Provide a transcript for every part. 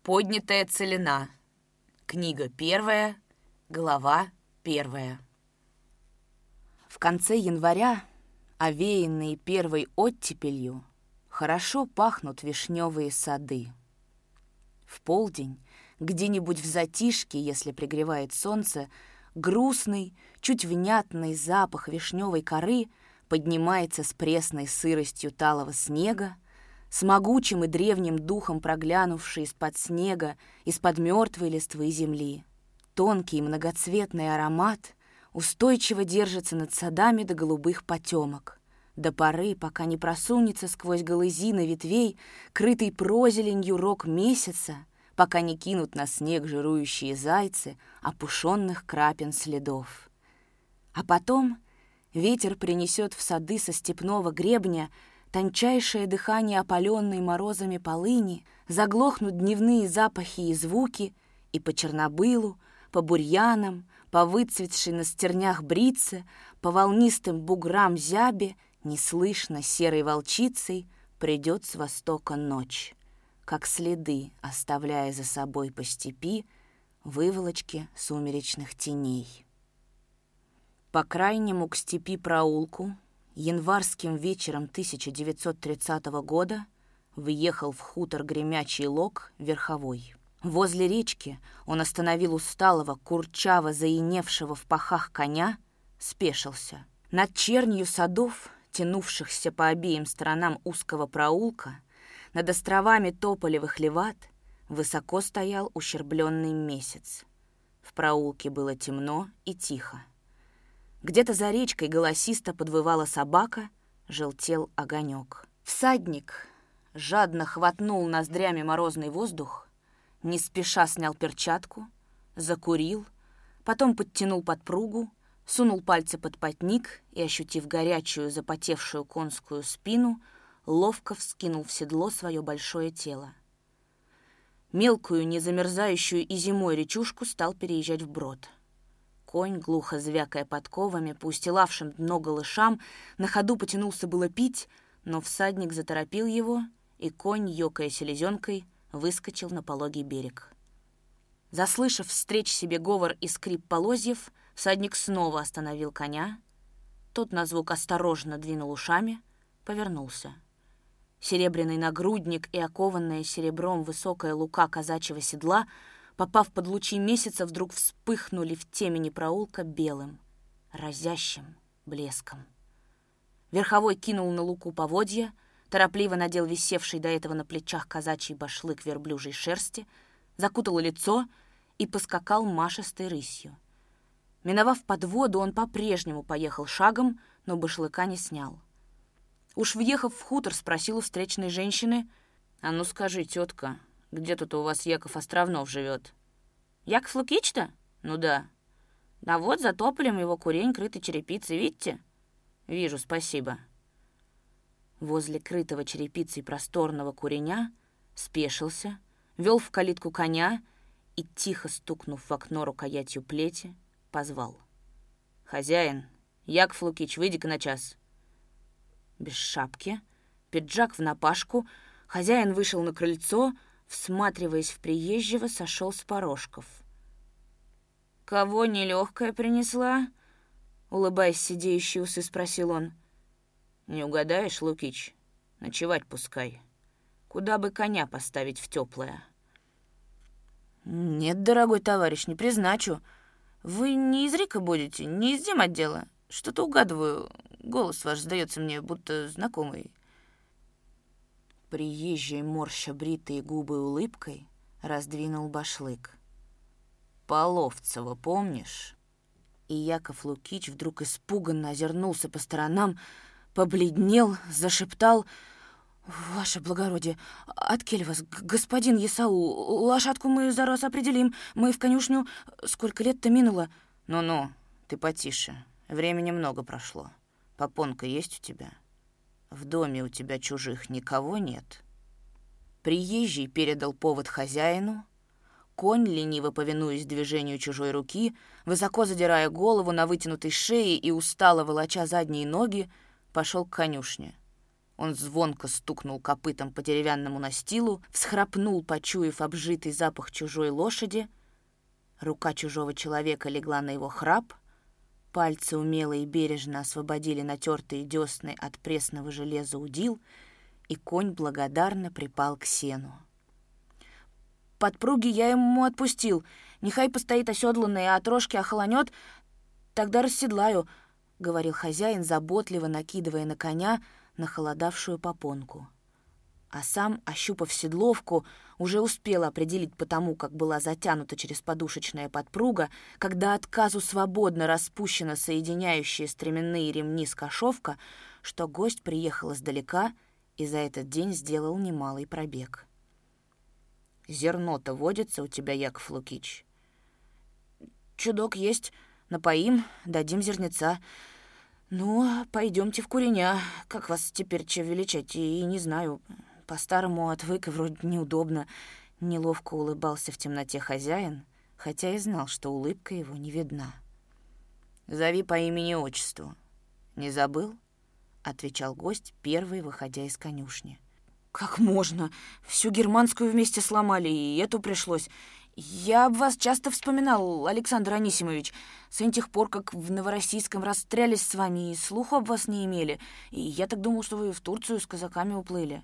Поднятая целина. Книга 1, глава 1. В конце января, овеянные первой оттепелью, хорошо пахнут вишневые сады. В полдень, где-нибудь в затишке, если пригревает солнце, грустный, чуть внятный запах вишневой коры поднимается с пресной сыростью талого снега, с могучим и древним духом проглянувший из-под снега, из-под мертвой листвы земли. Тонкий многоцветный аромат устойчиво держится над садами до голубых потемок, до поры, пока не просунется сквозь голызины ветвей, крытый прозеленью рог месяца, пока не кинут на снег жирующие зайцы опушенных крапин следов. А потом ветер принесет в сады со степного гребня тончайшее дыхание опаленной морозами полыни, заглохнут дневные запахи и звуки, и по чернобылу, по бурьянам, по выцветшей на стернях брице, по волнистым буграм зябе неслышно серой волчицей придет с востока ночь, как следы, оставляя за собой по степи выволочки сумеречных теней. По крайнему к степи проулку январским вечером 1930 года въехал в хутор Гремячий Лог верховой. Возле речки он остановил усталого, курчаво заиневшего в пахах коня, спешился. Над чернью садов, тянувшихся по обеим сторонам узкого проулка, над островами тополевых левад, высоко стоял ущербленный месяц. В проулке было темно и тихо. Где-то за речкой голосисто подвывала собака, желтел огонек. Всадник жадно хватнул ноздрями морозный воздух, не спеша снял перчатку, закурил, потом подтянул подпругу, сунул пальцы под потник и, ощутив горячую, запотевшую конскую спину, ловко вскинул в седло свое большое тело. Мелкую, незамерзающую и зимой речушку стал переезжать вброд. Конь, глухо звякая подковами по устилавшим дно голышам, на ходу потянулся было пить, но всадник заторопил его, и конь, ёкая селезенкой, выскочил на пологий берег. Заслышав встреч себе говор и скрип полозьев, всадник снова остановил коня. Тот на звук осторожно двинул ушами, повернулся. Серебряный нагрудник и окованная серебром высокая лука казачьего седла, попав под лучи месяца, вдруг вспыхнули в темени проулка белым, разящим блеском. Верховой кинул на луку поводья, торопливо надел висевший до этого на плечах казачий башлык верблюжьей шерсти, закутал лицо и поскакал машистой рысью. Миновав подводу, он по-прежнему поехал шагом, но башлыка не снял. Уж въехав в хутор, спросил у встречной женщины: «А ну скажи, тетка, где тут у вас Яков Островнов живет?» «Яков Лукич-то? Ну да. Да вот за тополем его курень, крытый черепицей, видите?» «Вижу, спасибо». Возле крытого черепицей просторного куреня спешился, вел в калитку коня и, тихо стукнув в окно рукоятью плети, позвал: «Хозяин, Яков Лукич, выйди-ка на час». Без шапки, пиджак внапашку, хозяин вышел на крыльцо, всматриваясь в приезжего, сошел с порожков. «Кого нелегкая принесла?» — улыбаясь седеющие усы, спросил он. «Не угадаешь, Лукич? Ночевать пускай. Куда бы коня поставить в теплое?» «Нет, дорогой товарищ, не призначу. Вы не из РИКа будете, не из земотдела. Что-то угадываю. Голос ваш сдается мне, будто знакомый». Приезжий, морща бритые губы улыбкой, раздвинул башлык. «Половцева помнишь?» И Яков Лукич вдруг испуганно озернулся по сторонам, побледнел, зашептал: «Ваше благородие, откель вас, господин Есаул, лошадку мы за раз определим, мы в конюшню, сколько лет-то минуло». «Ну-ну, ты потише, времени много прошло. Попонка есть у тебя? В доме у тебя чужих никого нет?» Приезжий передал повод хозяину. Конь, лениво повинуясь движению чужой руки, высоко задирая голову на вытянутой шее и устало волоча задние ноги, пошел к конюшне. Он звонко стукнул копытом по деревянному настилу, всхрапнул, почуяв обжитый запах чужой лошади. Рука чужого человека легла на его храп, пальцы умело и бережно освободили натертые десны от пресного железа удил, и конь благодарно припал к сену. «Подпруги я ему отпустил. Нехай постоит оседланный, а трошки охолонет, тогда расседлаю», — говорил хозяин, заботливо накидывая на коня нахолодавшую попонку. А сам, ощупав седловку, уже успел определить по тому, как была затянута через подушечная подпруга, когда отказу свободно распущена соединяющие стременные ремни скошовка, что гость приехал издалека и за этот день сделал немалый пробег. «Зерно-то водится у тебя, Яков Лукич?» «Чудок есть, напоим, дадим зернеца. Ну, пойдемте в куреня, как вас теперь величать, и не знаю, по-старому отвык, и вроде неудобно». Неловко улыбался в темноте хозяин, хотя и знал, что улыбка его не видна. «Зови по имени-отчеству. Не забыл?» — отвечал гость, первый выходя из конюшни. «Как можно? Всю германскую вместе сломали, и эту пришлось. Я об вас часто вспоминал, Александр Анисимович. С тех пор, как в Новороссийском расстрялись с вами, и слуху об вас не имели. И я так думал, что вы в Турцию с казаками уплыли».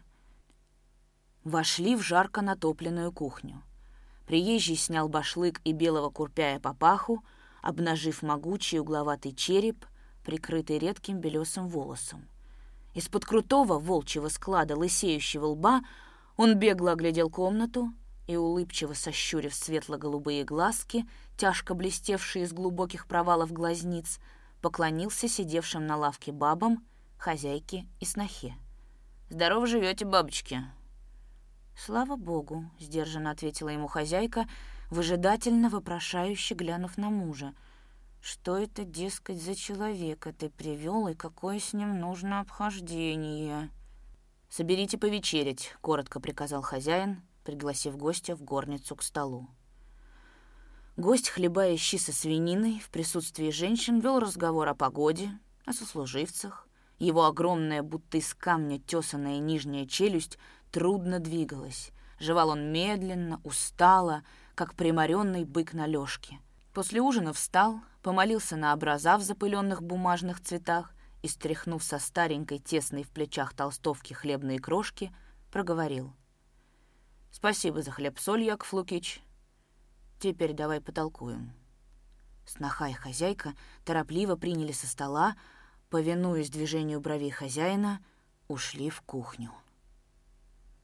Вошли в жарко натопленную кухню. Приезжий снял башлык и белого курпяя папаху, обнажив могучий угловатый череп, прикрытый редким белесым волосом. Из-под крутого волчьего склада лысеющего лба он бегло оглядел комнату и, улыбчиво сощурив светло-голубые глазки, тяжко блестевшие из глубоких провалов глазниц, поклонился сидевшим на лавке бабам, хозяйке и снохе. «Здорово живете, бабочки?» «Слава богу», — сдержанно ответила ему хозяйка, выжидательно вопрошающе глянув на мужа. «Что это, дескать, за человека ты привел, и какое с ним нужно обхождение?» «Соберите повечерять», — коротко приказал хозяин, пригласив гостя в горницу к столу. Гость, хлебая щи со свининой, в присутствии женщин вел разговор о погоде, о сослуживцах. Его огромная, будто из камня тесаная нижняя челюсть трудно двигалась. Жевал он медленно, устало, как приморенный бык на лёжке. После ужина встал, помолился на образа в запыленных бумажных цветах и, стряхнув со старенькой, тесной в плечах толстовки хлебные крошки, проговорил: «Спасибо за хлеб-соль, Яков Лукич. Теперь давай потолкуем». Сноха и хозяйка торопливо приняли со стола, повинуясь движению бровей хозяина, ушли в кухню.